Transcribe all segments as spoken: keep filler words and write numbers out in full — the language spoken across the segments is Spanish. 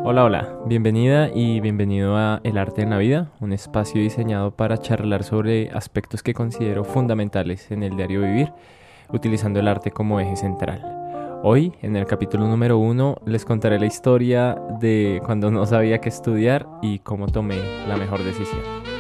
Hola, hola, bienvenida y bienvenido a El Arte en la Vida, un espacio diseñado para charlar sobre aspectos que considero fundamentales en el diario vivir, utilizando el arte como eje central. Hoy, en el capítulo número uno, les contaré la historia de cuando no sabía qué estudiar y cómo tomé la mejor decisión.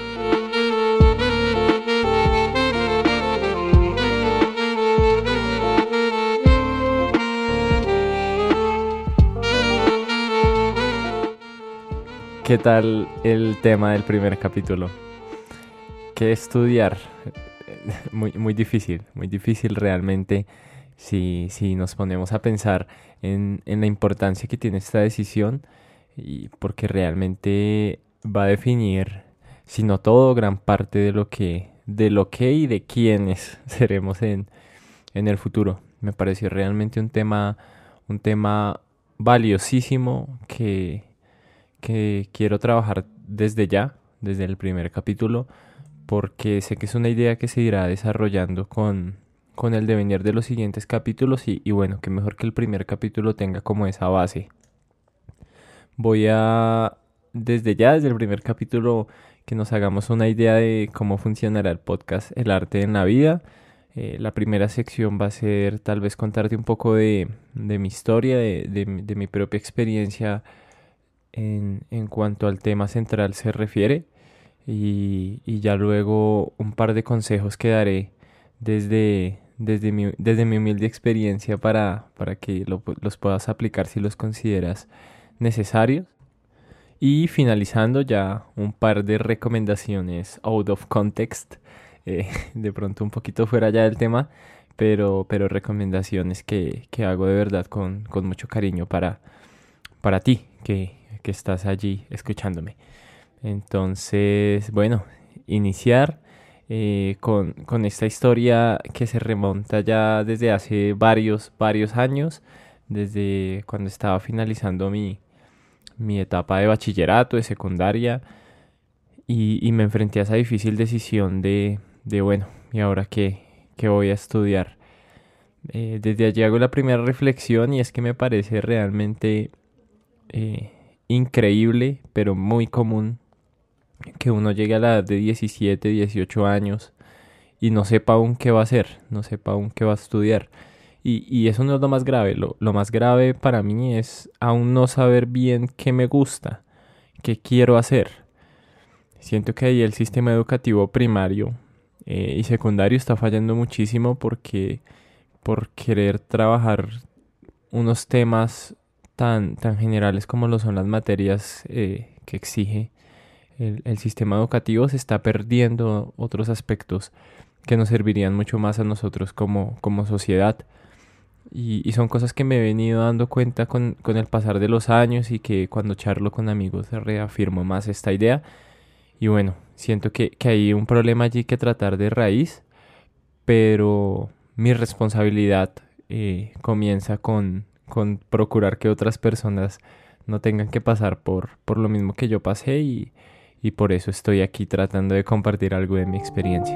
¿Qué tal el tema del primer capítulo? ¿Qué estudiar? Muy, muy difícil, muy difícil realmente si, si nos ponemos a pensar en, en la importancia que tiene esta decisión, y porque realmente va a definir, si no todo, gran parte de lo que, de lo que y de quiénes seremos en, en el futuro. Me pareció realmente un tema, un tema valiosísimo que que quiero trabajar desde ya, desde el primer capítulo, porque sé que es una idea que se irá desarrollando con, con el devenir de los siguientes capítulos y, y bueno, que mejor que el primer capítulo tenga como esa base. Voy a, desde ya, desde el primer capítulo, que nos hagamos una idea de cómo funcionará el podcast El Arte en la Vida. Eh, la primera sección va a ser tal vez contarte un poco de, de mi historia, de, de, de mi propia experiencia en, en cuanto al tema central se refiere, y, y ya luego un par de consejos que daré desde, desde, mi, desde mi humilde experiencia para, para que lo, los puedas aplicar si los consideras necesarios. Y finalizando ya un par de recomendaciones out of context, eh, de pronto un poquito fuera ya del tema, pero, pero recomendaciones que, que hago de verdad con, con mucho cariño para, para ti, que, que estás allí escuchándome. Entonces, bueno, iniciar eh, con, con esta historia que se remonta ya desde hace varios, varios años, desde cuando estaba finalizando mi, mi etapa de bachillerato, de secundaria, y, y me enfrenté a esa difícil decisión de, de bueno, ¿y ahora qué, qué voy a estudiar? Eh, desde allí hago la primera reflexión y es que me parece realmente eh, increíble, pero muy común, que uno llegue a la edad de diecisiete, dieciocho años y no sepa aún qué va a hacer, no sepa aún qué va a estudiar. Y, y eso no es lo más grave, lo, lo más grave para mí es aún no saber bien qué me gusta, qué quiero hacer. Siento que ahí el sistema educativo primario eh, y secundario está fallando muchísimo porque por querer trabajar unos temas tan, tan generales como lo son las materias eh, que exige el, el sistema educativo, se está perdiendo otros aspectos que nos servirían mucho más a nosotros como, como sociedad. Y, y son cosas que me he venido dando cuenta con, con el pasar de los años y que cuando charlo con amigos reafirmo más esta idea. Y bueno, siento que, que hay un problema allí que tratar de raíz, pero mi responsabilidad eh, comienza con, con procurar que otras personas no tengan que pasar por, por lo mismo que yo pasé, y, y por eso estoy aquí tratando de compartir algo de mi experiencia.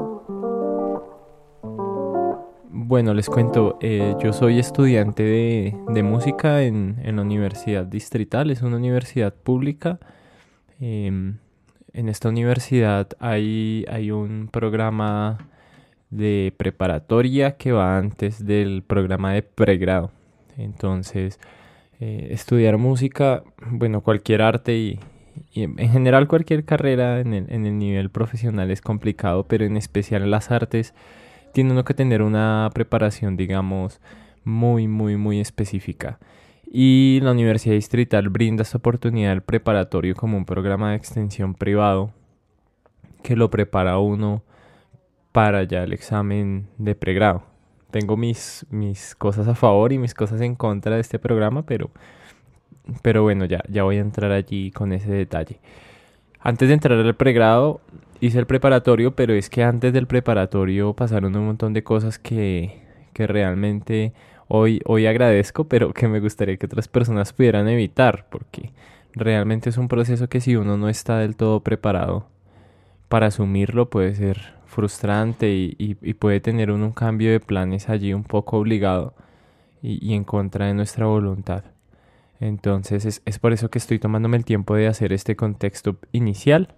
Bueno, les cuento, eh, yo soy estudiante de, de música en, en la Universidad Distrital, es una universidad pública. Eh, en esta universidad hay, hay un programa de preparatoria que va antes del programa de pregrado. Entonces, eh, estudiar música, bueno, cualquier arte y, y en general cualquier carrera en el, en el nivel profesional es complicado, pero en especial en las artes tiene uno que tener una preparación, digamos, muy, muy, muy específica. Y la Universidad Distrital brinda esta oportunidad del preparatorio como un programa de extensión privado que lo prepara a uno para ya el examen de pregrado. Tengo mis, mis cosas a favor y mis cosas en contra de este programa, pero, pero bueno, ya, ya voy a entrar allí con ese detalle. Antes de entrar al pregrado, hice el preparatorio, pero es que antes del preparatorio pasaron un montón de cosas que, que realmente hoy, hoy agradezco, pero que me gustaría que otras personas pudieran evitar, porque realmente es un proceso que si uno no está del todo preparado para asumirlo puede ser frustrante y, y, y puede tener un, un cambio de planes allí un poco obligado y, y en contra de nuestra voluntad. Entonces es, es por eso que estoy tomándome el tiempo de hacer este contexto inicial.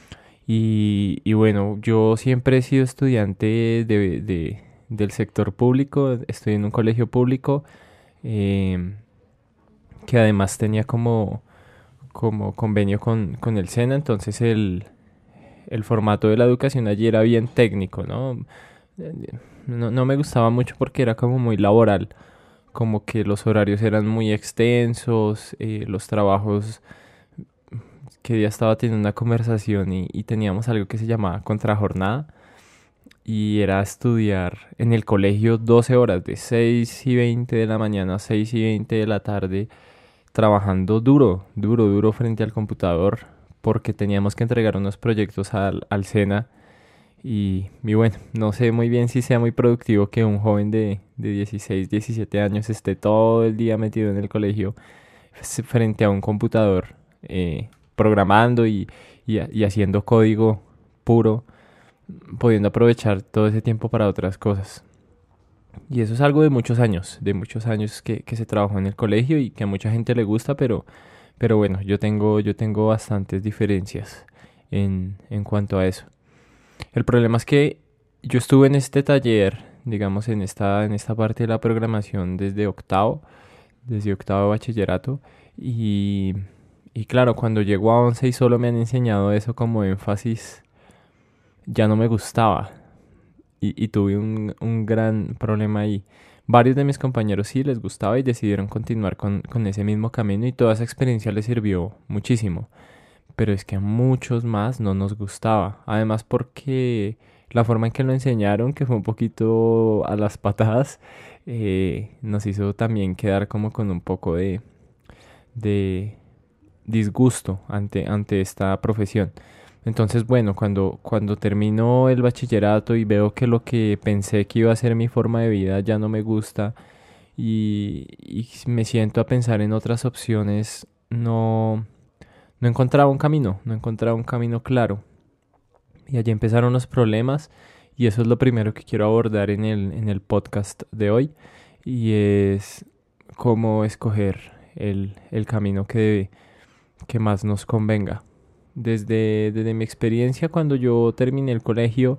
Y, y bueno, yo siempre he sido estudiante de, de- del sector público, estoy en un colegio público eh, que además tenía como, como convenio con, con el SENA, entonces el, el formato de la educación allí era bien técnico, ¿no? Eh, No, no me gustaba mucho porque era como muy laboral, como que los horarios eran muy extensos, eh, los trabajos, que ya estaba teniendo una conversación y, y teníamos algo que se llamaba contrajornada y era estudiar en el colegio doce horas, de seis y veinte de la mañana a seis y veinte de la tarde, trabajando duro, duro, duro frente al computador porque teníamos que entregar unos proyectos al, al SENA y, y bueno, no sé muy bien si sea muy productivo que un joven de, de dieciséis, diecisiete años esté todo el día metido en el colegio f- frente a un computador eh, programando y, y, y haciendo código puro, pudiendo aprovechar todo ese tiempo para otras cosas. Y eso es algo de muchos años, de muchos años que, que se trabajó en el colegio y que a mucha gente le gusta, pero, pero bueno, yo tengo, yo tengo bastantes diferencias en, en cuanto a eso. El problema es que yo estuve en este taller, digamos, en esta, en esta parte de la programación desde octavo, desde octavo de bachillerato, y, y claro, cuando llego a once y solo me han enseñado eso como énfasis, ya no me gustaba y, y tuve un, un gran problema ahí. Varios de mis compañeros sí les gustaba y decidieron continuar con, con ese mismo camino y toda esa experiencia les sirvió muchísimo. Pero es que a muchos más no nos gustaba. Además porque la forma en que lo enseñaron, que fue un poquito a las patadas, eh, nos hizo también quedar como con un poco de, de disgusto ante, ante esta profesión. Entonces, bueno, cuando, cuando termino el bachillerato y veo que lo que pensé que iba a ser mi forma de vida ya no me gusta y, y me siento a pensar en otras opciones, no, no encontraba un camino, no encontraba un camino claro. Y allí empezaron los problemas y eso es lo primero que quiero abordar en el, en el podcast de hoy y es cómo escoger el, el camino que, que más nos convenga. Desde, desde mi experiencia, cuando yo terminé el colegio,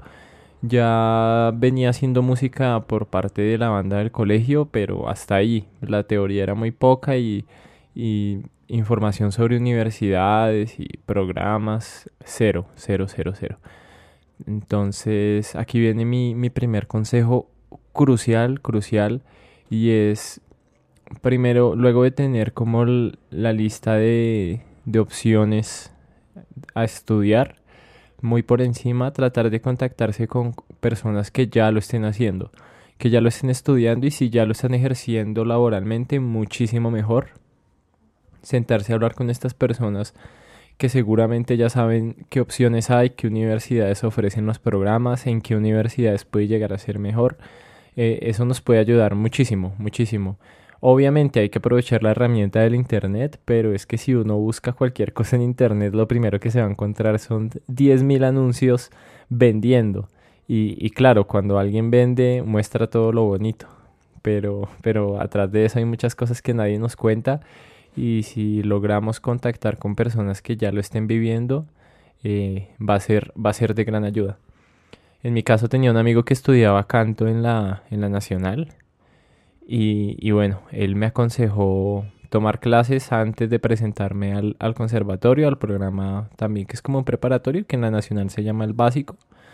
ya venía haciendo música por parte de la banda del colegio, pero hasta ahí. La teoría era muy poca y, y información sobre universidades y programas, cero, cero, cero, cero. Entonces, aquí viene mi, mi primer consejo crucial, crucial, y es primero, luego de tener como l- la lista de, de opciones a estudiar, muy por encima, tratar de contactarse con personas que ya lo estén haciendo, que ya lo estén estudiando y si ya lo están ejerciendo laboralmente, muchísimo mejor. Sentarse a hablar con estas personas que seguramente ya saben qué opciones hay, qué universidades ofrecen los programas, en qué universidades puede llegar a ser mejor. Eh, eso nos puede ayudar muchísimo, muchísimo. Obviamente hay que aprovechar la herramienta del Internet, pero es que si uno busca cualquier cosa en Internet, lo primero que se va a encontrar son diez mil anuncios vendiendo. Y, y claro, cuando alguien vende, muestra todo lo bonito. Pero, pero atrás de eso hay muchas cosas que nadie nos cuenta. Y si logramos contactar con personas que ya lo estén viviendo, eh, va a ser, va a ser de gran ayuda. En mi caso tenía un amigo que estudiaba canto en la, en la Nacional y, y bueno, él me aconsejó tomar clases antes de presentarme al, al conservatorio, al programa también que es como un preparatorio, que en la Nacional se llama el básico.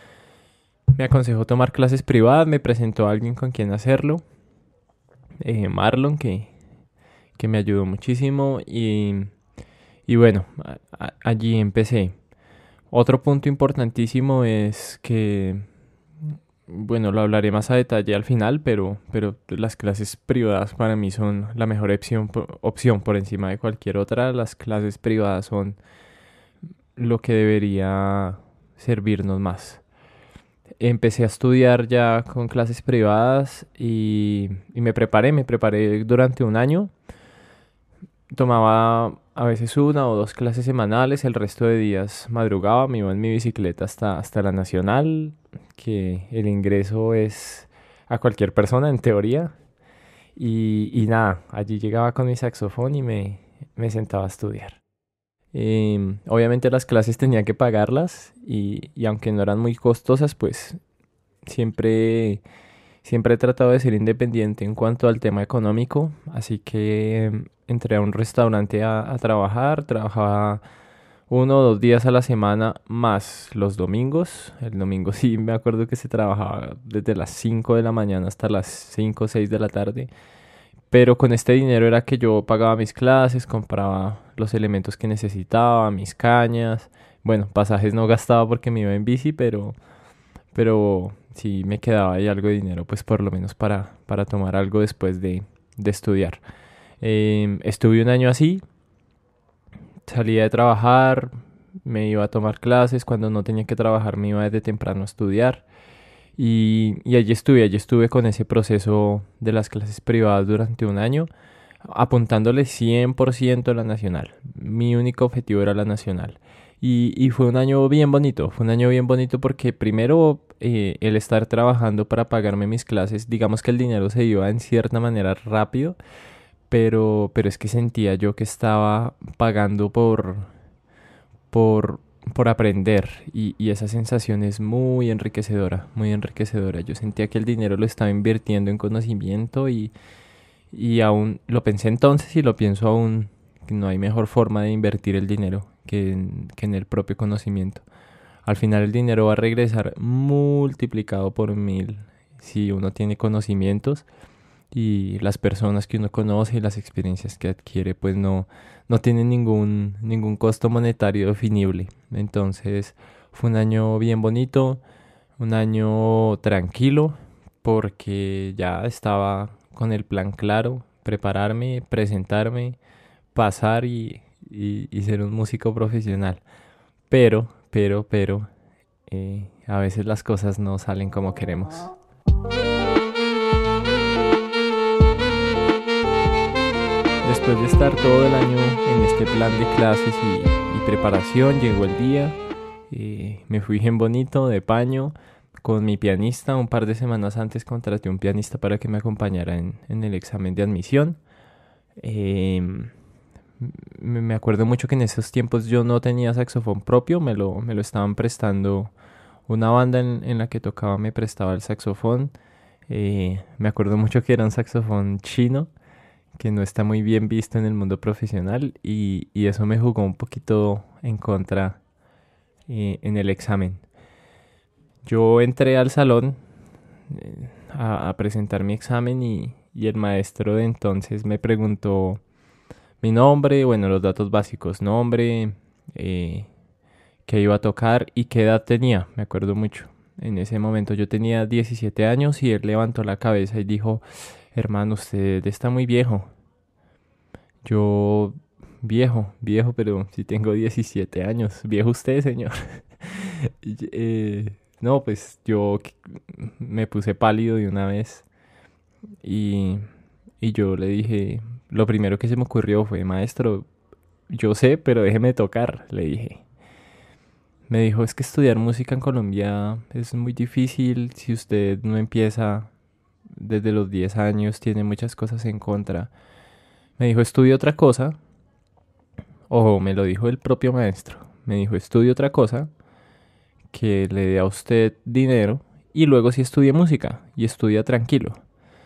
Me aconsejó tomar clases privadas, me presentó a alguien con quien hacerlo, eh, Marlon, que, que me ayudó muchísimo y, y bueno, a- a- allí empecé. Otro punto importantísimo es que bueno, lo hablaré más a detalle al final, pero, pero las clases privadas para mí son la mejor opción, po- opción por encima de cualquier otra. Las clases privadas son lo que debería servirnos más. Empecé a estudiar ya con clases privadas y, y me preparé, me preparé durante un año. Tomaba a veces una o dos clases semanales, el resto de días madrugaba, me iba en mi bicicleta hasta, hasta la Nacional, que el ingreso es a cualquier persona en teoría. Y, y nada, allí llegaba con mi saxofón y me, me sentaba a estudiar. Eh, obviamente las clases tenía que pagarlas y, y aunque no eran muy costosas, pues siempre, siempre he tratado de ser independiente en cuanto al tema económico, así que em, entré a un restaurante a, a trabajar, trabajaba uno o dos días a la semana más los domingos. El domingo sí me acuerdo que se trabajaba desde las cinco de la mañana hasta las cinco o seis de la tarde. Pero con este dinero era que yo pagaba mis clases, compraba los elementos que necesitaba, mis cañas. Bueno, pasajes no gastaba porque me iba en bici, pero, pero sí me quedaba ahí algo de dinero, pues por lo menos para, para tomar algo después de, de estudiar. Eh, estuve un año así, salía de trabajar, me iba a tomar clases, cuando no tenía que trabajar me iba desde temprano a estudiar. Y, y allí estuve, allí estuve con ese proceso de las clases privadas durante un año, apuntándole cien por ciento a la nacional. Mi único objetivo era la nacional. Y, y fue un año bien bonito, fue un año bien bonito porque primero eh, el estar trabajando para pagarme mis clases, digamos que el dinero se iba en cierta manera rápido, pero, pero es que sentía yo que estaba pagando por, por, por aprender y, y esa sensación es muy enriquecedora, muy enriquecedora. Yo sentía que el dinero lo estaba invirtiendo en conocimiento y, y aún lo pensé entonces y lo pienso aún, que no hay mejor forma de invertir el dinero que en, que en el propio conocimiento. Al final el dinero va a regresar multiplicado por mil si uno tiene conocimientos y las personas que uno conoce y las experiencias que adquiere pues no, no tienen ningún, ningún costo monetario definible. Entonces fue un año bien bonito, un año tranquilo porque ya estaba con el plan claro, prepararme, presentarme, pasar y, y, y ser un músico profesional. Pero, pero, pero, eh, a veces las cosas no salen como queremos. Después de estar todo el año en este plan de clases y, y preparación, llegó el día. Eh, me fui bien bonito, de paño, con mi pianista. Un par de semanas antes contraté un pianista para que me acompañara en, en el examen de admisión. Eh, me me acuerdo mucho que en esos tiempos yo no tenía saxofón propio, me lo, me lo estaban prestando. Una banda en, en la que tocaba me prestaba el saxofón. Eh, me acuerdo mucho que era un saxofón chino que no está muy bien visto en el mundo profesional y, y eso me jugó un poquito en contra eh, en el examen. Yo entré al salón eh, a, a presentar mi examen y, y el maestro de entonces me preguntó mi nombre, bueno, los datos básicos, nombre, eh, qué iba a tocar y qué edad tenía, me acuerdo mucho. En ese momento yo tenía diecisiete años y él levantó la cabeza y dijo, hermano, usted está muy viejo. Yo, viejo, viejo, pero si tengo diecisiete años. Viejo usted, señor. Y, eh, no, pues yo me puse pálido de una vez y, y yo le dije, lo primero que se me ocurrió fue, maestro, yo sé, pero déjeme tocar, le dije. Me dijo, es que estudiar música en Colombia es muy difícil si usted no empieza desde los diez años, tiene muchas cosas en contra. Me dijo, estudie otra cosa. Ojo, me lo dijo el propio maestro. Me dijo, estudie otra cosa que le dé a usted dinero y luego sí estudie música y estudia tranquilo.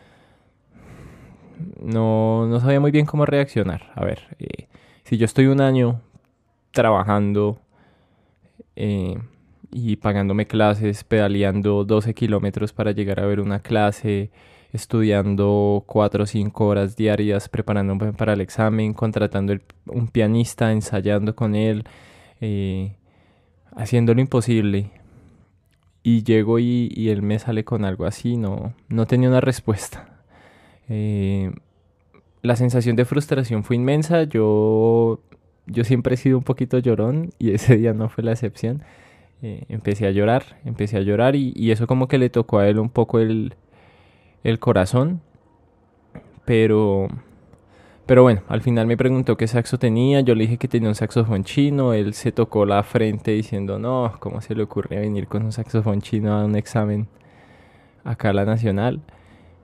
No, no sabía muy bien cómo reaccionar. A ver, eh, si yo estoy un año trabajando eh, y pagándome clases, pedaleando doce kilómetros para llegar a ver una clase, estudiando cuatro o cinco horas diarias, preparándome para el examen, contratando el- un pianista, ensayando con él, eh, haciendo lo imposible. Y llego y, y él me sale con algo así, no, no tenía una respuesta. Eh, la sensación de frustración fue inmensa, yo, yo siempre he sido un poquito llorón y ese día no fue la excepción. Eh, empecé a llorar, empecé a llorar y, y eso como que le tocó a él un poco el, el corazón, pero, pero bueno, al final me preguntó qué saxo tenía, yo le dije que tenía un saxofón chino, él se tocó la frente diciendo, no, ¿cómo se le ocurre venir con un saxofón chino a un examen acá a la nacional?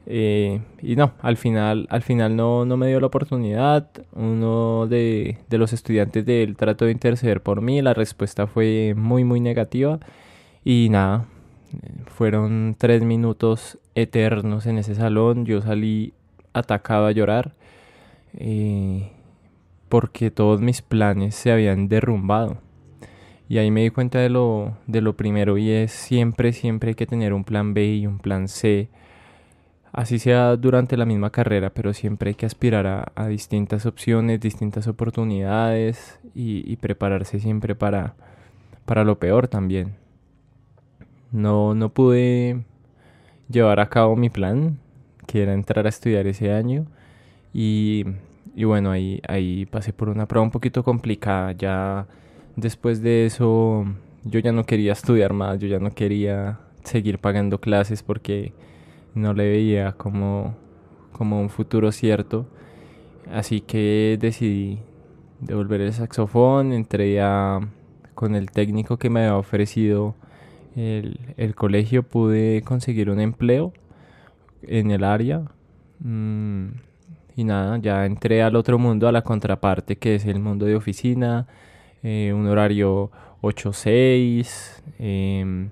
Eh, y no, al final, al final no, no me dio la oportunidad. Uno de, de los estudiantes de él trató de interceder por mí. La respuesta fue muy, muy negativa. Y nada, fueron tres minutos eternos en ese salón. Yo salí atacado a llorar. Eh, porque todos mis planes se habían derrumbado. Y ahí me di cuenta de lo, de lo primero, y es siempre, siempre hay que tener un plan B y un plan C. Así sea durante la misma carrera, pero siempre hay que aspirar a, a distintas opciones, distintas oportunidades y, y prepararse siempre para, para lo peor también. No, no pude llevar a cabo mi plan, que era entrar a estudiar ese año. Y, y bueno, ahí, ahí pasé por una prueba un poquito complicada. Ya después de eso, yo ya no quería estudiar más, yo ya no quería seguir pagando clases porque no le veía como, como un futuro cierto. Así que decidí devolver el saxofón, entré a, con el técnico que me había ofrecido el, el colegio, pude conseguir un empleo en el área. Mm, y nada, ya entré al otro mundo, a la contraparte, que es el mundo de oficina, eh, un horario ocho seis, eh,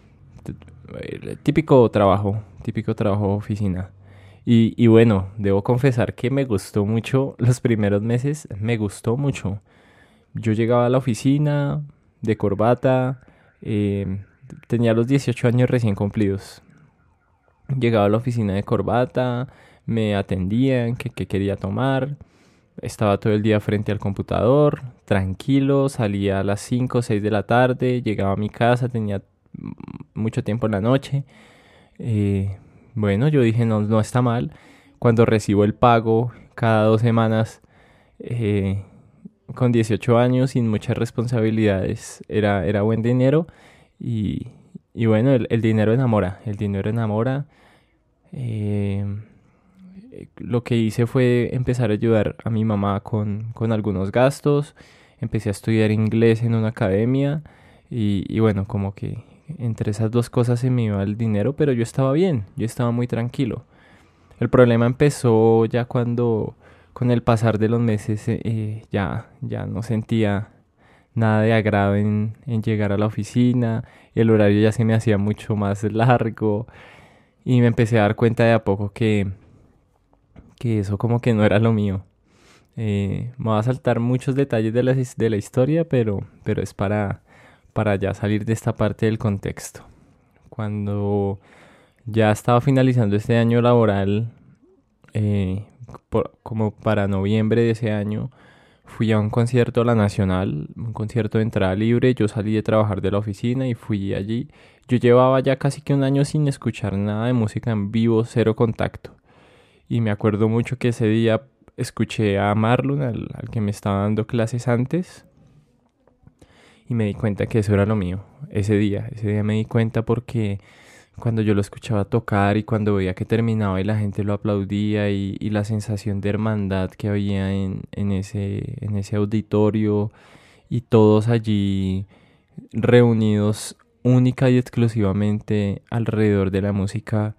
típico trabajo, típico trabajo de oficina. Y, y bueno, debo confesar que me gustó mucho los primeros meses, me gustó mucho. Yo llegaba a la oficina de corbata, eh, tenía los dieciocho años recién cumplidos. Llegaba a la oficina de corbata, me atendían, que, que quería tomar. Estaba todo el día frente al computador, tranquilo, salía a las cinco o seis de la tarde, llegaba a mi casa, tenía mucho tiempo en la noche. Eh, bueno, yo dije, no, no está mal. Cuando recibo el pago cada dos semanas, eh, con dieciocho años, sin muchas responsabilidades, era, era buen dinero. Y, y bueno, el, el dinero enamora, el dinero enamora. Eh, lo que hice fue empezar a ayudar a mi mamá con, con algunos gastos. Empecé a estudiar inglés en una academia. Y, y bueno, como que entre esas dos cosas se me iba el dinero, pero yo estaba bien, yo estaba muy tranquilo. El problema empezó ya cuando, con el pasar de los meses, eh, ya, ya no sentía nada de agrado en, en llegar a la oficina. El horario ya se me hacía mucho más largo y me empecé a dar cuenta de a poco que, que eso como que no era lo mío. Eh, me va a saltar muchos detalles de la, de la historia, pero, pero es para, para ya salir de esta parte del contexto. Cuando ya estaba finalizando este año laboral, eh, por, como para noviembre de ese año, fui a un concierto a la Nacional, un concierto de entrada libre. Yo salí de trabajar de la oficina y fui allí. Yo llevaba ya casi que un año sin escuchar nada de música en vivo, cero contacto. Y me acuerdo mucho que ese día escuché a Marlon, al, al que me estaba dando clases antes, y me di cuenta que eso era lo mío. Ese día, ese día me di cuenta porque cuando yo lo escuchaba tocar y cuando veía que terminaba y la gente lo aplaudía y, y la sensación de hermandad que había en, en, ese, en ese auditorio y todos allí reunidos única y exclusivamente alrededor de la música,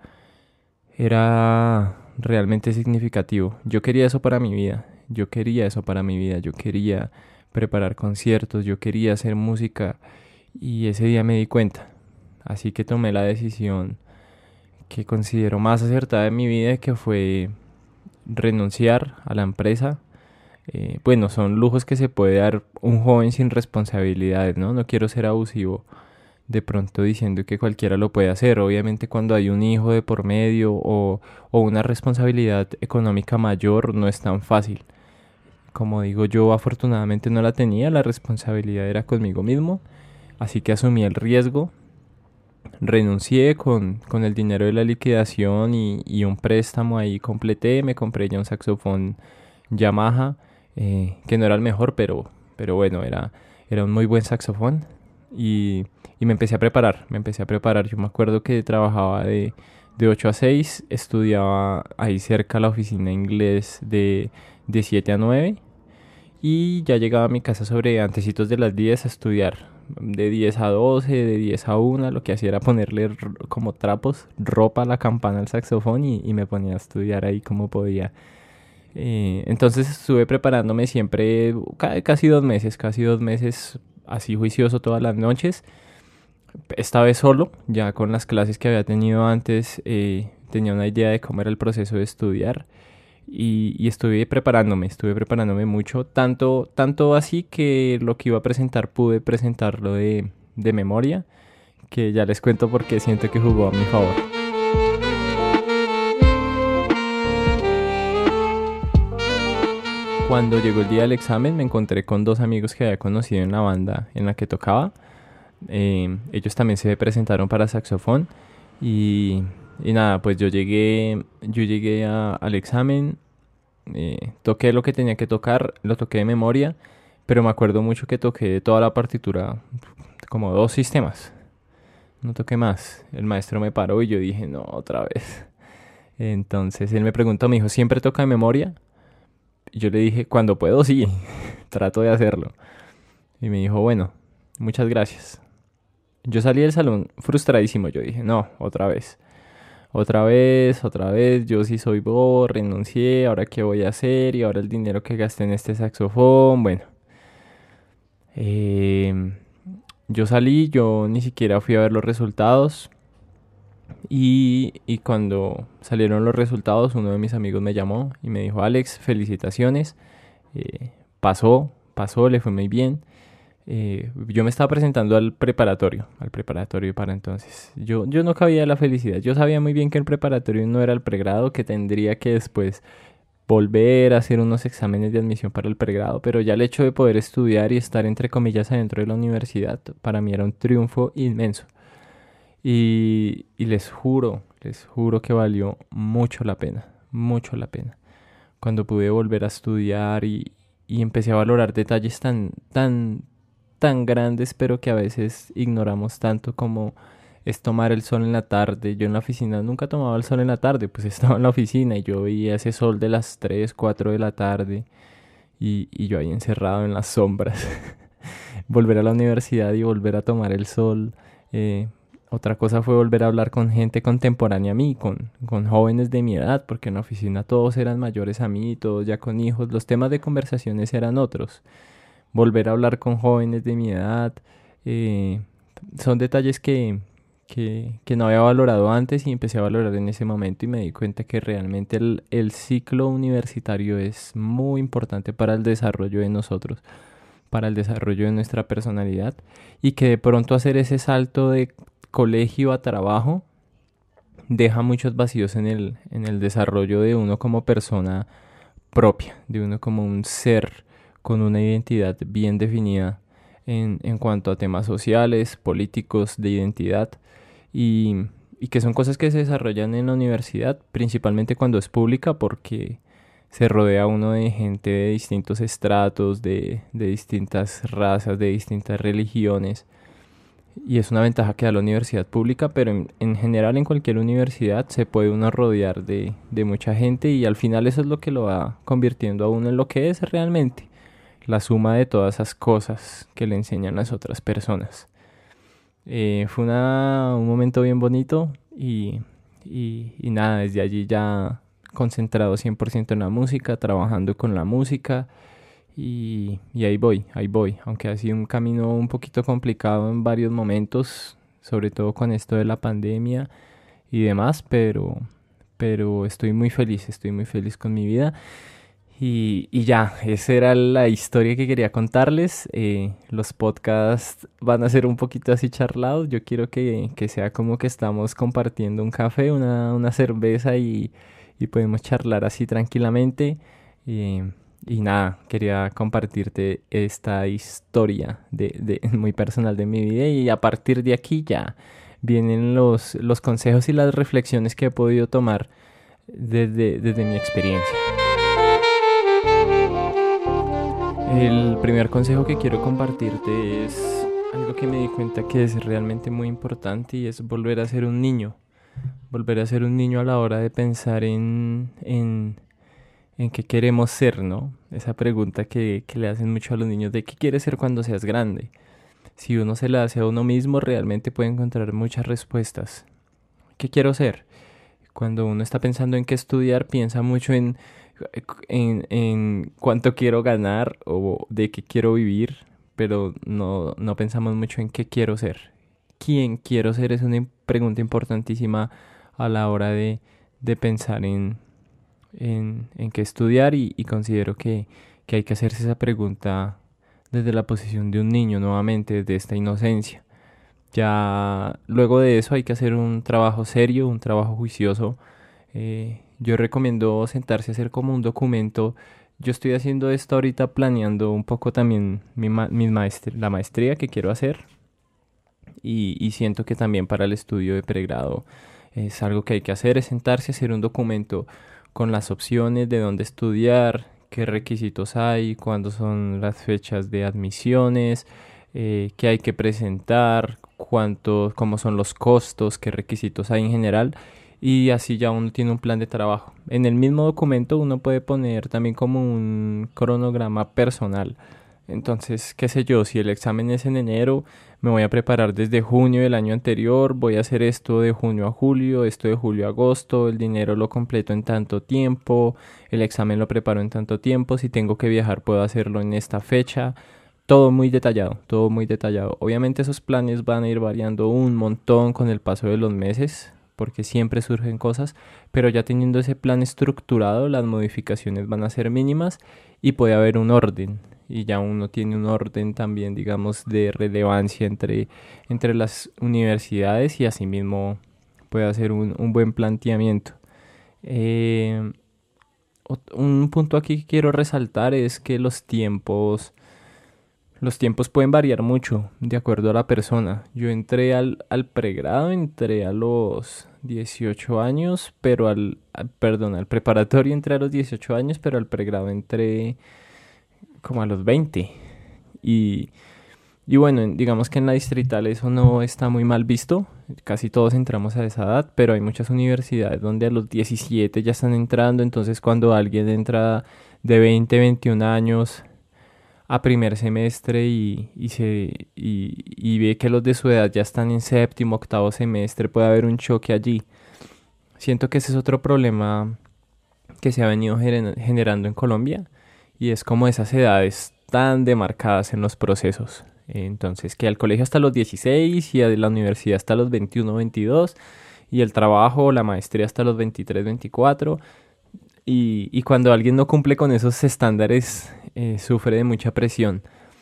era realmente significativo. Yo quería eso para mi vida, yo quería eso para mi vida, yo quería preparar conciertos, yo quería hacer música y ese día me di cuenta. Así que tomé la decisión que considero más acertada en mi vida, que fue renunciar a la empresa. Eh, bueno, son lujos que se puede dar un joven sin responsabilidades, ¿no? No quiero ser abusivo de pronto diciendo que cualquiera lo puede hacer. Obviamente cuando hay un hijo de por medio o, o una responsabilidad económica mayor no es tan fácil. Como digo, yo afortunadamente no la tenía, la responsabilidad era conmigo mismo, así que asumí el riesgo. Renuncié con, con el dinero de la liquidación y, y un préstamo ahí completé. Me compré ya un saxofón Yamaha, eh, que no era el mejor, pero, pero bueno, era, era un muy buen saxofón. Y, y me empecé a preparar, me empecé a preparar. Yo me acuerdo que trabajaba de, de ocho a seis, estudiaba ahí cerca la oficina de inglés de, de siete a nueve. Y ya llegaba a mi casa sobre antecitos de las diez a estudiar. de diez a doce, de diez a una, lo que hacía era ponerle r- como trapos, ropa a la campana al saxofón y, y me ponía a estudiar ahí como podía. Eh, entonces estuve preparándome siempre, ca- casi dos meses, casi dos meses así juicioso todas las noches. Esta vez solo, ya con las clases que había tenido antes, eh, tenía una idea de cómo era el proceso de estudiar y, y estuve preparándome, estuve preparándome mucho, tanto, tanto así que lo que iba a presentar pude presentarlo de, de memoria, que ya les cuento porque siento que jugó a mi favor. Cuando llegó el día del examen me encontré con dos amigos que había conocido en la banda en la que tocaba. Eh, ellos también se presentaron para saxofón y, y nada, pues yo llegué, yo llegué a- al examen, eh, toqué lo que tenía que tocar, lo toqué de memoria, pero me acuerdo mucho que toqué toda la partitura, como dos sistemas, no toqué más. El maestro me paró y yo dije, no, otra vez. Entonces él me preguntó, me dijo, ¿siempre toca de memoria? Y yo le dije, cuando puedo, sí, trato de hacerlo. Y me dijo, bueno, muchas gracias. Yo salí del salón frustradísimo, yo dije, no, otra vez. Otra vez, otra vez, yo sí soy bobo, renuncié, ahora qué voy a hacer y ahora el dinero que gasté en este saxofón, bueno. Eh, yo salí, yo ni siquiera fui a ver los resultados y, y cuando salieron los resultados uno de mis amigos me llamó y me dijo, Alex, felicitaciones, eh, pasó, pasó, le fue muy bien. Eh, yo me estaba presentando al preparatorio, al preparatorio para entonces. Yo, yo no cabía de la felicidad. Yo sabía muy bien que el preparatorio no era el pregrado, que tendría que después volver a hacer unos exámenes de admisión para el pregrado, pero ya el hecho de poder estudiar y estar entre comillas adentro de la universidad, para mí era un triunfo inmenso. Y, y les juro, les juro que valió mucho la pena, mucho la pena. Cuando pude volver a estudiar y, y empecé a valorar detalles tan, tan, tan grandes, pero que a veces ignoramos tanto como es tomar el sol en la tarde. Yo en la oficina nunca tomaba el sol en la tarde, pues estaba en la oficina y yo veía ese sol de las tres cuatro de la tarde y, y yo ahí encerrado en las sombras. Volver a la universidad y volver a tomar el sol. eh, Otra cosa fue volver a hablar con gente contemporánea a mí, con, con jóvenes de mi edad, porque en la oficina todos eran mayores a mí, todos ya con hijos, los temas de conversaciones eran otros. Volver a hablar con jóvenes de mi edad, eh, son detalles que, que, que no había valorado antes y empecé a valorar en ese momento y me di cuenta que realmente el, el ciclo universitario es muy importante para el desarrollo de nosotros, para el desarrollo de nuestra personalidad y que de pronto hacer ese salto de colegio a trabajo deja muchos vacíos en el, en el desarrollo de uno como persona propia, de uno como un ser con una identidad bien definida en, en cuanto a temas sociales, políticos, de identidad y, y que son cosas que se desarrollan en la universidad, principalmente cuando es pública porque se rodea uno de gente de distintos estratos, de, de distintas razas, de distintas religiones y es una ventaja que da la universidad pública, pero en, en general en cualquier universidad se puede uno rodear de, de mucha gente y al final eso es lo que lo va convirtiendo a uno en lo que es realmente, la suma de todas esas cosas que le enseñan las otras personas. Eh, fue una, un momento bien bonito y, y, y nada, desde allí ya concentrado cien por ciento en la música, trabajando con la música y, y ahí voy, ahí voy, aunque ha sido un camino un poquito complicado en varios momentos, sobre todo con esto de la pandemia y demás, pero, pero estoy muy feliz, estoy muy feliz con mi vida. Y, y ya, esa era la historia que quería contarles. Eh, los podcasts van a ser un poquito así charlados. Yo quiero que, que sea como que estamos compartiendo un café, una, una cerveza y, y podemos charlar así tranquilamente. Y, y nada, quería compartirte esta historia de, de, muy personal de mi vida y a partir de aquí ya vienen los, los consejos y las reflexiones que he podido tomar desde, desde mi experiencia. El primer consejo que quiero compartirte es algo que me di cuenta que es realmente muy importante y es volver a ser un niño. Volver a ser un niño a la hora de pensar en, en, en qué queremos ser, ¿no? Esa pregunta que, que le hacen mucho a los niños de qué quieres ser cuando seas grande. si uno se la hace a uno mismo, realmente puede encontrar muchas respuestas. ¿Qué quiero ser? Cuando uno está pensando en qué estudiar, piensa mucho en, en, en cuánto quiero ganar o de qué quiero vivir, pero no, no pensamos mucho en qué quiero ser. ¿Quién quiero ser? Es una pregunta importantísima a la hora de, de pensar en, en, en qué estudiar y, y considero que, que hay que hacerse esa pregunta desde la posición de un niño nuevamente, desde esta inocencia. Ya luego de eso hay que hacer un trabajo serio, un trabajo juicioso. Eh, yo recomiendo sentarse a hacer como un documento. Yo estoy haciendo esto ahorita planeando un poco también mi ma mis maestr la maestría que quiero hacer y, y siento que también para el estudio de pregrado es algo que hay que hacer, es sentarse a hacer un documento con las opciones de dónde estudiar, qué requisitos hay, cuándo son las fechas de admisiones, eh, qué hay que presentar, cuánto, cómo son los costos, qué requisitos hay en general y así ya uno tiene un plan de trabajo. En el mismo documento uno puede poner también como un cronograma personal. Entonces, qué sé yo, si el examen es en enero, me voy a preparar desde junio del año anterior, voy a hacer esto de junio a julio, esto de julio a agosto, el dinero lo completo en tanto tiempo, el examen lo preparo en tanto tiempo, si tengo que viajar puedo hacerlo en esta fecha. Todo muy detallado, todo muy detallado. Obviamente esos planes van a ir variando un montón con el paso de los meses, porque siempre surgen cosas, pero ya teniendo ese plan estructurado, las modificaciones van a ser mínimas y puede haber un orden. Y ya uno tiene un orden también, digamos, de relevancia entre, entre las universidades y asimismo puede hacer un, un buen planteamiento. Eh, un punto aquí que quiero resaltar es que los tiempos los tiempos pueden variar mucho de acuerdo a la persona. Yo entré al, al pregrado, entré a los dieciocho años, pero al, al, perdón, al preparatorio entré a los dieciocho años, pero al pregrado entré como a los veinte. Y, y bueno, digamos que en la distrital eso no está muy mal visto. Casi todos entramos a esa edad, pero hay muchas universidades donde a los diecisiete ya están entrando. Entonces cuando alguien entra de veinte, veintiún años a primer semestre y, y, se, y, y ve que los de su edad ya están en séptimo, octavo semestre, puede haber un choque allí. Siento que ese es otro problema que se ha venido gener- generando en Colombia y es como esas edades tan demarcadas en los procesos. Entonces, que al colegio hasta los dieciséis y a la universidad hasta los veintiuno, veintidós y el trabajo, la maestría hasta los veintitrés, veinticuatro. Y, y cuando alguien no cumple con esos estándares, eh, sufre de mucha presión.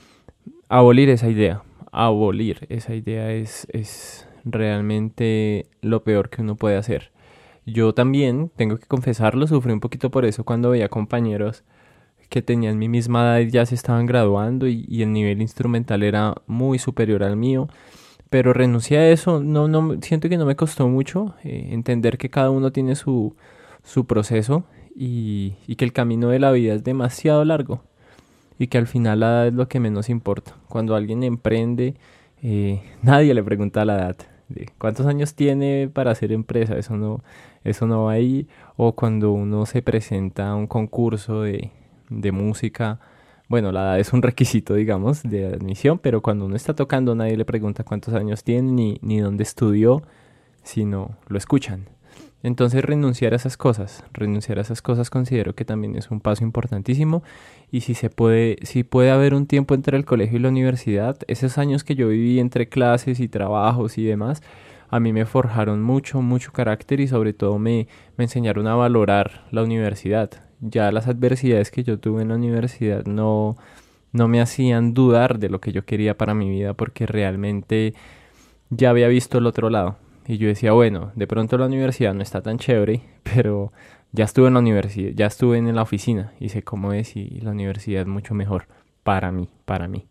Abolir esa idea, abolir esa idea es, es realmente lo peor que uno puede hacer. Yo también, tengo que confesarlo, sufrí un poquito por eso cuando veía compañeros que tenían mi misma edad y ya se estaban graduando y, y el nivel instrumental era muy superior al mío. Pero renuncié a eso, no, no, siento que no me costó mucho eh, entender que cada uno tiene su, su proceso y, y que el camino de la vida es demasiado largo y que al final la edad es lo que menos importa. Cuando alguien emprende, eh, nadie le pregunta la edad. De ¿cuántos años tiene para hacer empresa? Eso no, eso no va ahí. O cuando uno se presenta a un concurso de, de música, bueno, la edad es un requisito, digamos, de admisión, pero cuando uno está tocando nadie le pregunta cuántos años tiene ni, ni dónde estudió, sino lo escuchan. Entonces renunciar a esas cosas, renunciar a esas cosas considero que también es un paso importantísimo y si se puede, si puede haber un tiempo entre el colegio y la universidad, esos años que yo viví entre clases y trabajos y demás, a mí me forjaron mucho, mucho carácter y sobre todo me, me enseñaron a valorar la universidad. Ya las adversidades que yo tuve en la universidad no, no me hacían dudar de lo que yo quería para mi vida porque realmente ya había visto el otro lado. Y yo decía, bueno, de pronto la universidad no está tan chévere, pero ya estuve en la universidad, ya estuve en la oficina y sé cómo es y la universidad es mucho mejor para mí, para mí.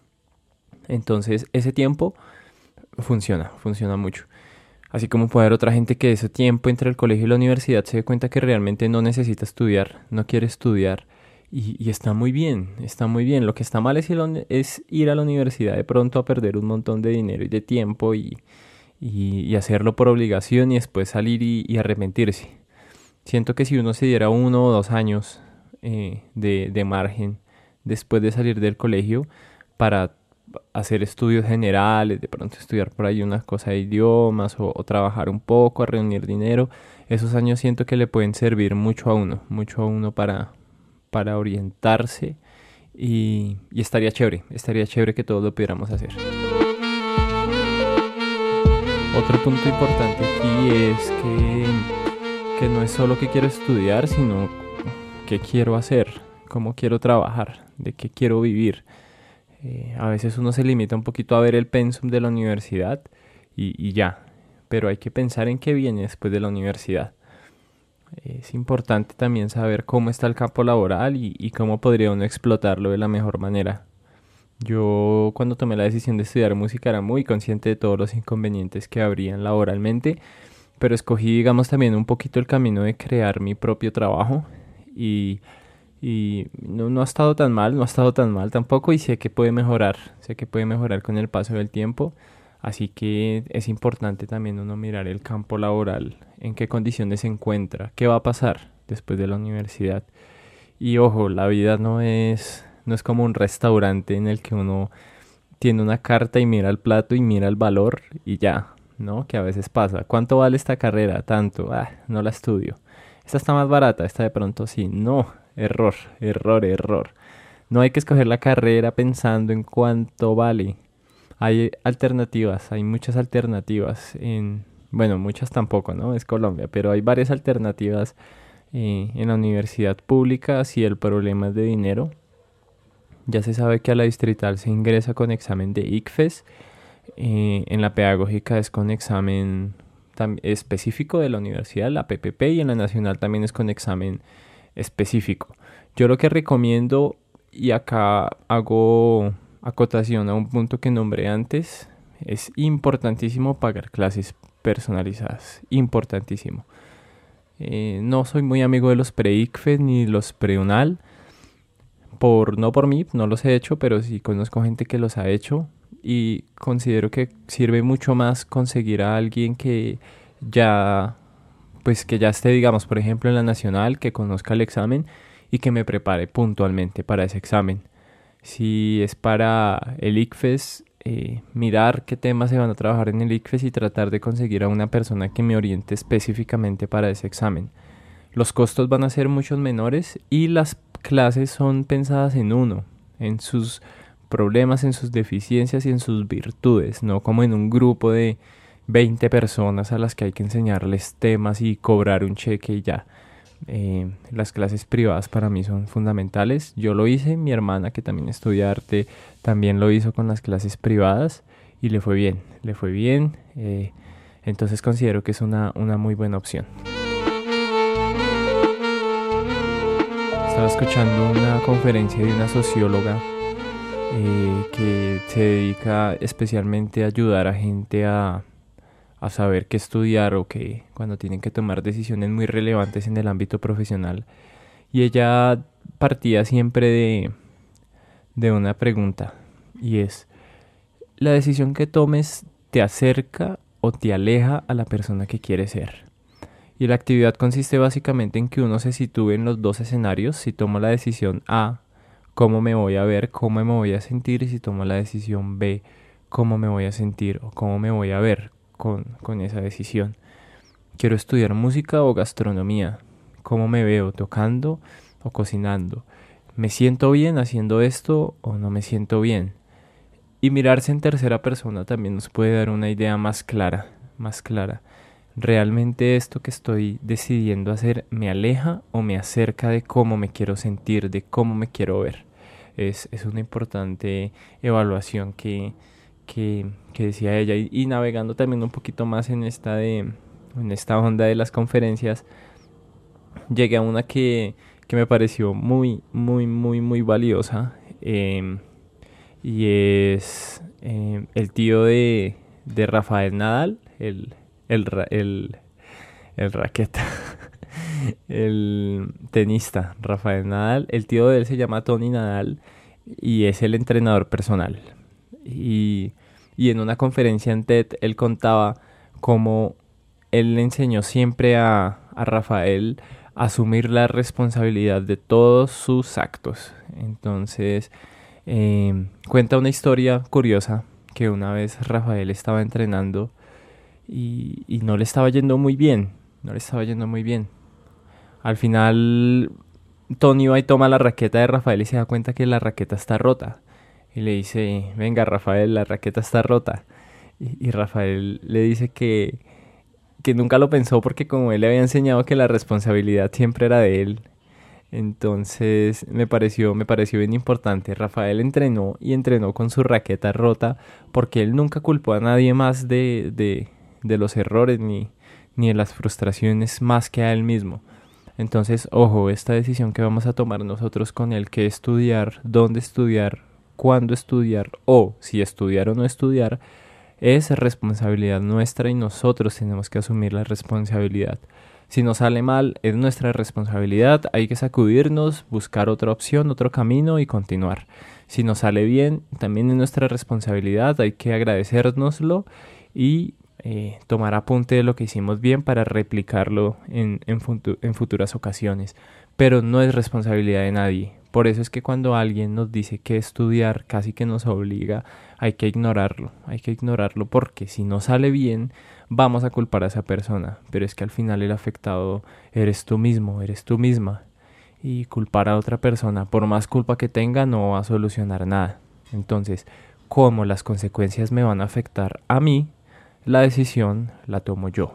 Entonces ese tiempo funciona, funciona mucho. Así como puede haber otra gente que ese tiempo entre el colegio y la universidad se dé cuenta que realmente no necesita estudiar, no quiere estudiar y, y está muy bien, está muy bien. Lo que está mal es ir, a, es ir a la universidad de pronto a perder un montón de dinero y de tiempo y Y, y hacerlo por obligación y después salir y, y arrepentirse. Siento que si uno se diera uno o dos años eh, de, de margen después de salir del colegio para hacer estudios generales, de pronto estudiar por ahí una cosa de idiomas o, o trabajar un poco, a reunir dinero. Esos años siento que le pueden servir mucho a uno, mucho a uno para, para orientarse y, y estaría chévere, estaría chévere que todos lo pudiéramos hacer. Otro punto importante aquí es que, que no es solo que quiero estudiar, sino qué quiero hacer, cómo quiero trabajar, de qué quiero vivir. Eh, a veces uno se limita un poquito a ver el pensum de la universidad y, y ya, pero hay que pensar en qué viene después de la universidad. Es importante también saber cómo está el campo laboral y, y cómo podría uno explotarlo de la mejor manera. Yo cuando tomé la decisión de estudiar música era muy consciente de todos los inconvenientes que habrían laboralmente, pero escogí, digamos, también un poquito el camino de crear mi propio trabajo y, y no, no ha estado tan mal, no ha estado tan mal tampoco y sé que puede mejorar, sé que puede mejorar con el paso del tiempo, así que es importante también uno mirar el campo laboral, en qué condiciones se encuentra, qué va a pasar después de la universidad. Y ojo, la vida no es, no es como un restaurante en el que uno tiene una carta y mira el plato y mira el valor y ya, ¿no? Que a veces pasa. ¿Cuánto vale esta carrera? Tanto. Ah, no la estudio. Esta está más barata, esta de pronto sí. No, error, error, error. No hay que escoger la carrera pensando en cuánto vale. Hay alternativas, hay muchas alternativas en, bueno, muchas tampoco, ¿no? Es Colombia, pero hay varias alternativas eh, en la universidad pública si el problema es de dinero. Ya se sabe que a la distrital se ingresa con examen de ICFES, eh, en la pedagógica es con examen tam- específico de la universidad, la P P P, y en la nacional también es con examen específico. Yo lo que recomiendo, y acá hago acotación a un punto que nombré antes, es importantísimo pagar clases personalizadas, importantísimo. Eh, no soy muy amigo de los pre-ICFES ni los pre-UNAL, por, no por mí, no los he hecho, pero sí conozco gente que los ha hecho y considero que sirve mucho más conseguir a alguien que ya, pues que ya esté, digamos, por ejemplo, en la nacional, que conozca el examen y que me prepare puntualmente para ese examen. Si es para el ICFES, eh, mirar qué temas se van a trabajar en el ICFES y tratar de conseguir a una persona que me oriente específicamente para ese examen. Los costos van a ser muchos menores y las clases son pensadas en uno, en sus problemas, en sus deficiencias y en sus virtudes, no como en un grupo de veinte personas a las que hay que enseñarles temas y cobrar un cheque y ya. Eh, las clases privadas para mí son fundamentales. Yo lo hice, mi hermana que también estudia arte también lo hizo con las clases privadas y le fue bien, le fue bien. Eh, entonces considero que es una, una muy buena opción. Estaba escuchando una conferencia de una socióloga eh, que se dedica especialmente a ayudar a gente a, a saber qué estudiar o que cuando tienen que tomar decisiones muy relevantes en el ámbito profesional. Y ella partía siempre de, de una pregunta y es, ¿la decisión que tomes te acerca o te aleja a la persona que quieres ser? Y la actividad consiste básicamente en que uno se sitúe en los dos escenarios. Si tomo la decisión A, cómo me voy a ver, cómo me voy a sentir. Y si tomo la decisión B, cómo me voy a sentir o cómo me voy a ver con, con esa decisión. ¿Quiero estudiar música o gastronomía? ¿Cómo me veo tocando o cocinando? ¿Me siento bien haciendo esto o no me siento bien? Y mirarse en tercera persona también nos puede dar una idea más clara, más clara. ¿Realmente esto que estoy decidiendo hacer me aleja o me acerca de cómo me quiero sentir, de cómo me quiero ver? Es, es una importante evaluación que, que, que decía ella. Y, y navegando también un poquito más en esta, de, en esta onda de las conferencias, llegué a una que, que me pareció muy, muy, muy, muy valiosa. Eh, y es eh, el tío de, de Rafael Nadal, el... El, ra- el, el raqueta, el tenista Rafael Nadal. El tío de él se llama Tony Nadal y es el entrenador personal. Y, y en una conferencia en TED él contaba cómo él le enseñó siempre a, a Rafael a asumir la responsabilidad de todos sus actos. Entonces Eh, cuenta una historia curiosa que una vez Rafael estaba entrenando y, y no le estaba yendo muy bien, no le estaba yendo muy bien. Al final Tony va y toma la raqueta de Rafael y se da cuenta que la raqueta está rota. Y le dice, venga Rafael, la raqueta está rota. Y, y Rafael le dice que, que nunca lo pensó porque como él le había enseñado que la responsabilidad siempre era de él. Entonces me pareció, me pareció bien importante. Rafael entrenó y entrenó con su raqueta rota porque él nunca culpó a nadie más de, de, de los errores ni, ni de las frustraciones más que a él mismo. Entonces, ojo, esta decisión que vamos a tomar nosotros con el qué estudiar, dónde estudiar, cuándo estudiar o si estudiar o no estudiar, es responsabilidad nuestra y nosotros tenemos que asumir la responsabilidad. Si nos sale mal, es nuestra responsabilidad, hay que sacudirnos, buscar otra opción, otro camino y continuar. Si nos sale bien, también es nuestra responsabilidad, hay que agradecérnoslo y Eh, tomar apunte de lo que hicimos bien para replicarlo en, en, futu- en futuras ocasiones, pero no es responsabilidad de nadie. Por eso es que cuando alguien nos dice que estudiar casi que nos obliga, hay que ignorarlo, hay que ignorarlo porque si no sale bien vamos a culpar a esa persona, pero es que al final el afectado eres tú mismo, eres tú misma, y culpar a otra persona por más culpa que tenga no va a solucionar nada. Entonces, ¿cómo las consecuencias me van a afectar a mí? La decisión la tomo yo.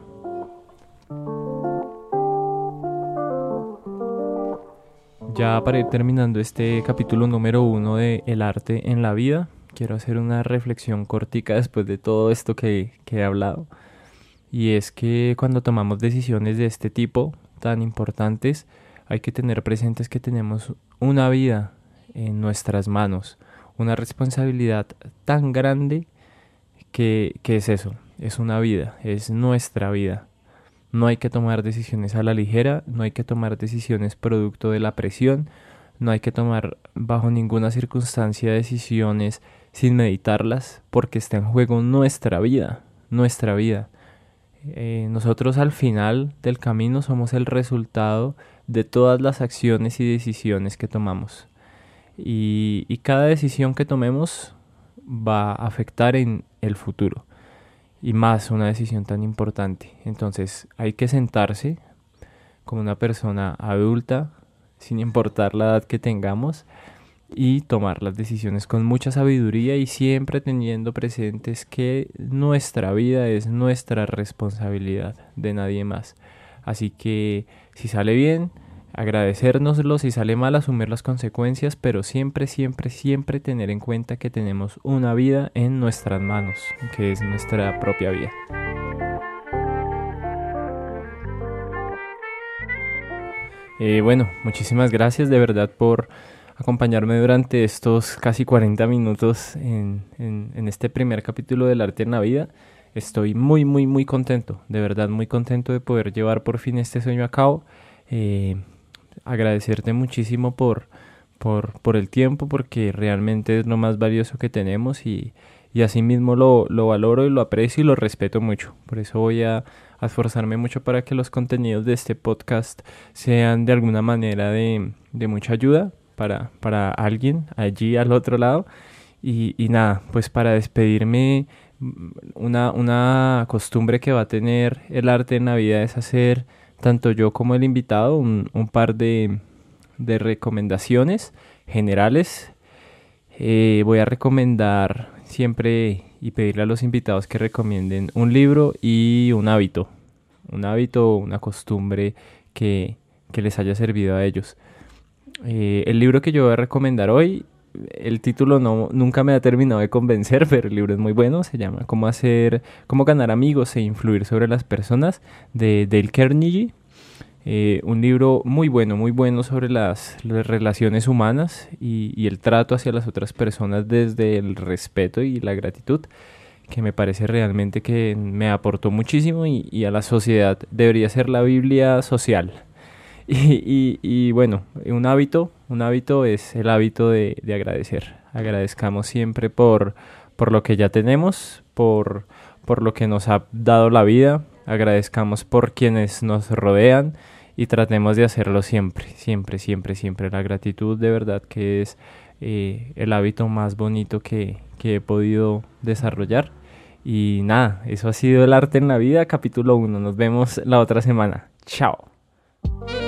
Ya para ir terminando este capítulo número uno de El arte en la vida, quiero hacer una reflexión cortica después de todo esto que, que he hablado. Y es que cuando tomamos decisiones de este tipo tan importantes, hay que tener presentes que tenemos una vida en nuestras manos, una responsabilidad tan grande que, que es eso. Es una vida, es nuestra vida. No hay que tomar decisiones a la ligera, no hay que tomar decisiones producto de la presión, no hay que tomar bajo ninguna circunstancia decisiones sin meditarlas, porque está en juego nuestra vida, nuestra vida. Eh, nosotros al final del camino somos el resultado de todas las acciones y decisiones que tomamos. Y, y cada decisión que tomemos va a afectar en el futuro. Y más una decisión tan importante. Entonces hay que sentarse como una persona adulta, sin importar la edad que tengamos, y tomar las decisiones con mucha sabiduría y siempre teniendo presentes que nuestra vida es nuestra responsabilidad, de nadie más. Así que si sale bien, agradecérnoslo, si sale mal, asumir las consecuencias, pero siempre, siempre, siempre tener en cuenta que tenemos una vida en nuestras manos, que es nuestra propia vida. Eh, bueno, muchísimas gracias de verdad por acompañarme durante estos casi cuarenta minutos en, en, en este primer capítulo del Arte en la Vida. Estoy muy, muy, muy contento, de verdad muy contento de poder llevar por fin este sueño a cabo. Eh, agradecerte muchísimo por, por, por el tiempo, porque realmente es lo más valioso que tenemos y, y así mismo lo, lo valoro y lo aprecio y lo respeto mucho. Por eso voy a, a esforzarme mucho para que los contenidos de este podcast sean de alguna manera de, de mucha ayuda para, para alguien allí al otro lado. Y, y nada, pues para despedirme, una, una costumbre que va a tener el arte en la vida es hacer, tanto yo como el invitado, un, un par de, de recomendaciones generales. Eh, voy a recomendar siempre y pedirle a los invitados que recomienden un libro y un hábito. Un hábito o una costumbre que, que les haya servido a ellos. Eh, el libro que yo voy a recomendar hoy, el título no, nunca me ha terminado de convencer, pero el libro es muy bueno. Se llama Cómo hacer, cómo ganar amigos e influir sobre las personas, de Dale Carnegie. Eh, un libro muy bueno, muy bueno sobre las, las relaciones humanas y, y el trato hacia las otras personas desde el respeto y la gratitud, que me parece realmente que me aportó muchísimo y, y a la sociedad debería ser la Biblia social. Y, y, y bueno, un hábito, un hábito es el hábito de, de agradecer. Agradezcamos siempre por, por lo que ya tenemos, por, por lo que nos ha dado la vida. Agradezcamos por quienes nos rodean y tratemos de hacerlo siempre, siempre, siempre, siempre. La gratitud de verdad que es eh, el hábito más bonito que, que he podido desarrollar. Y nada, eso ha sido El Arte en la Vida, capítulo uno. Nos vemos la otra semana. Chao.